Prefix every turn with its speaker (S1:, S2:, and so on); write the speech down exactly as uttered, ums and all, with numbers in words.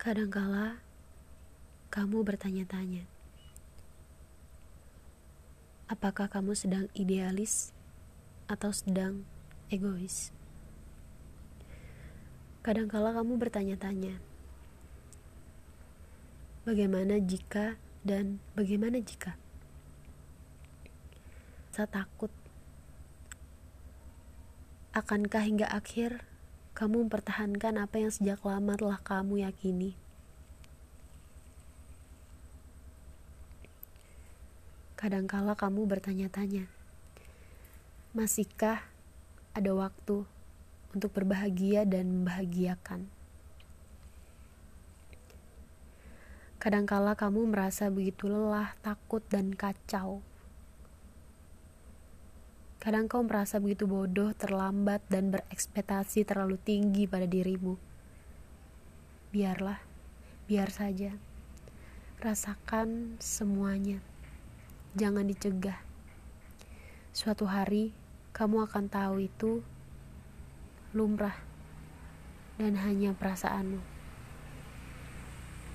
S1: Kadangkala kamu bertanya-tanya, apakah kamu sedang idealis atau sedang egois? Kadangkala kamu bertanya-tanya, bagaimana jika dan bagaimana jika? Saya takut, akankah hingga akhir kamu mempertahankan apa yang sejak lama telah kamu yakini? Kadangkala kamu bertanya-tanya, masihkah ada waktu untuk berbahagia dan membahagiakan? Kadangkala kamu merasa begitu lelah, takut, dan kacau. Kadang kau merasa begitu bodoh, terlambat, dan berekspektasi terlalu tinggi pada dirimu. Biarlah, biar saja. Rasakan semuanya. Jangan dicegah. Suatu hari, kamu akan tahu itu lumrah dan hanya perasaanmu.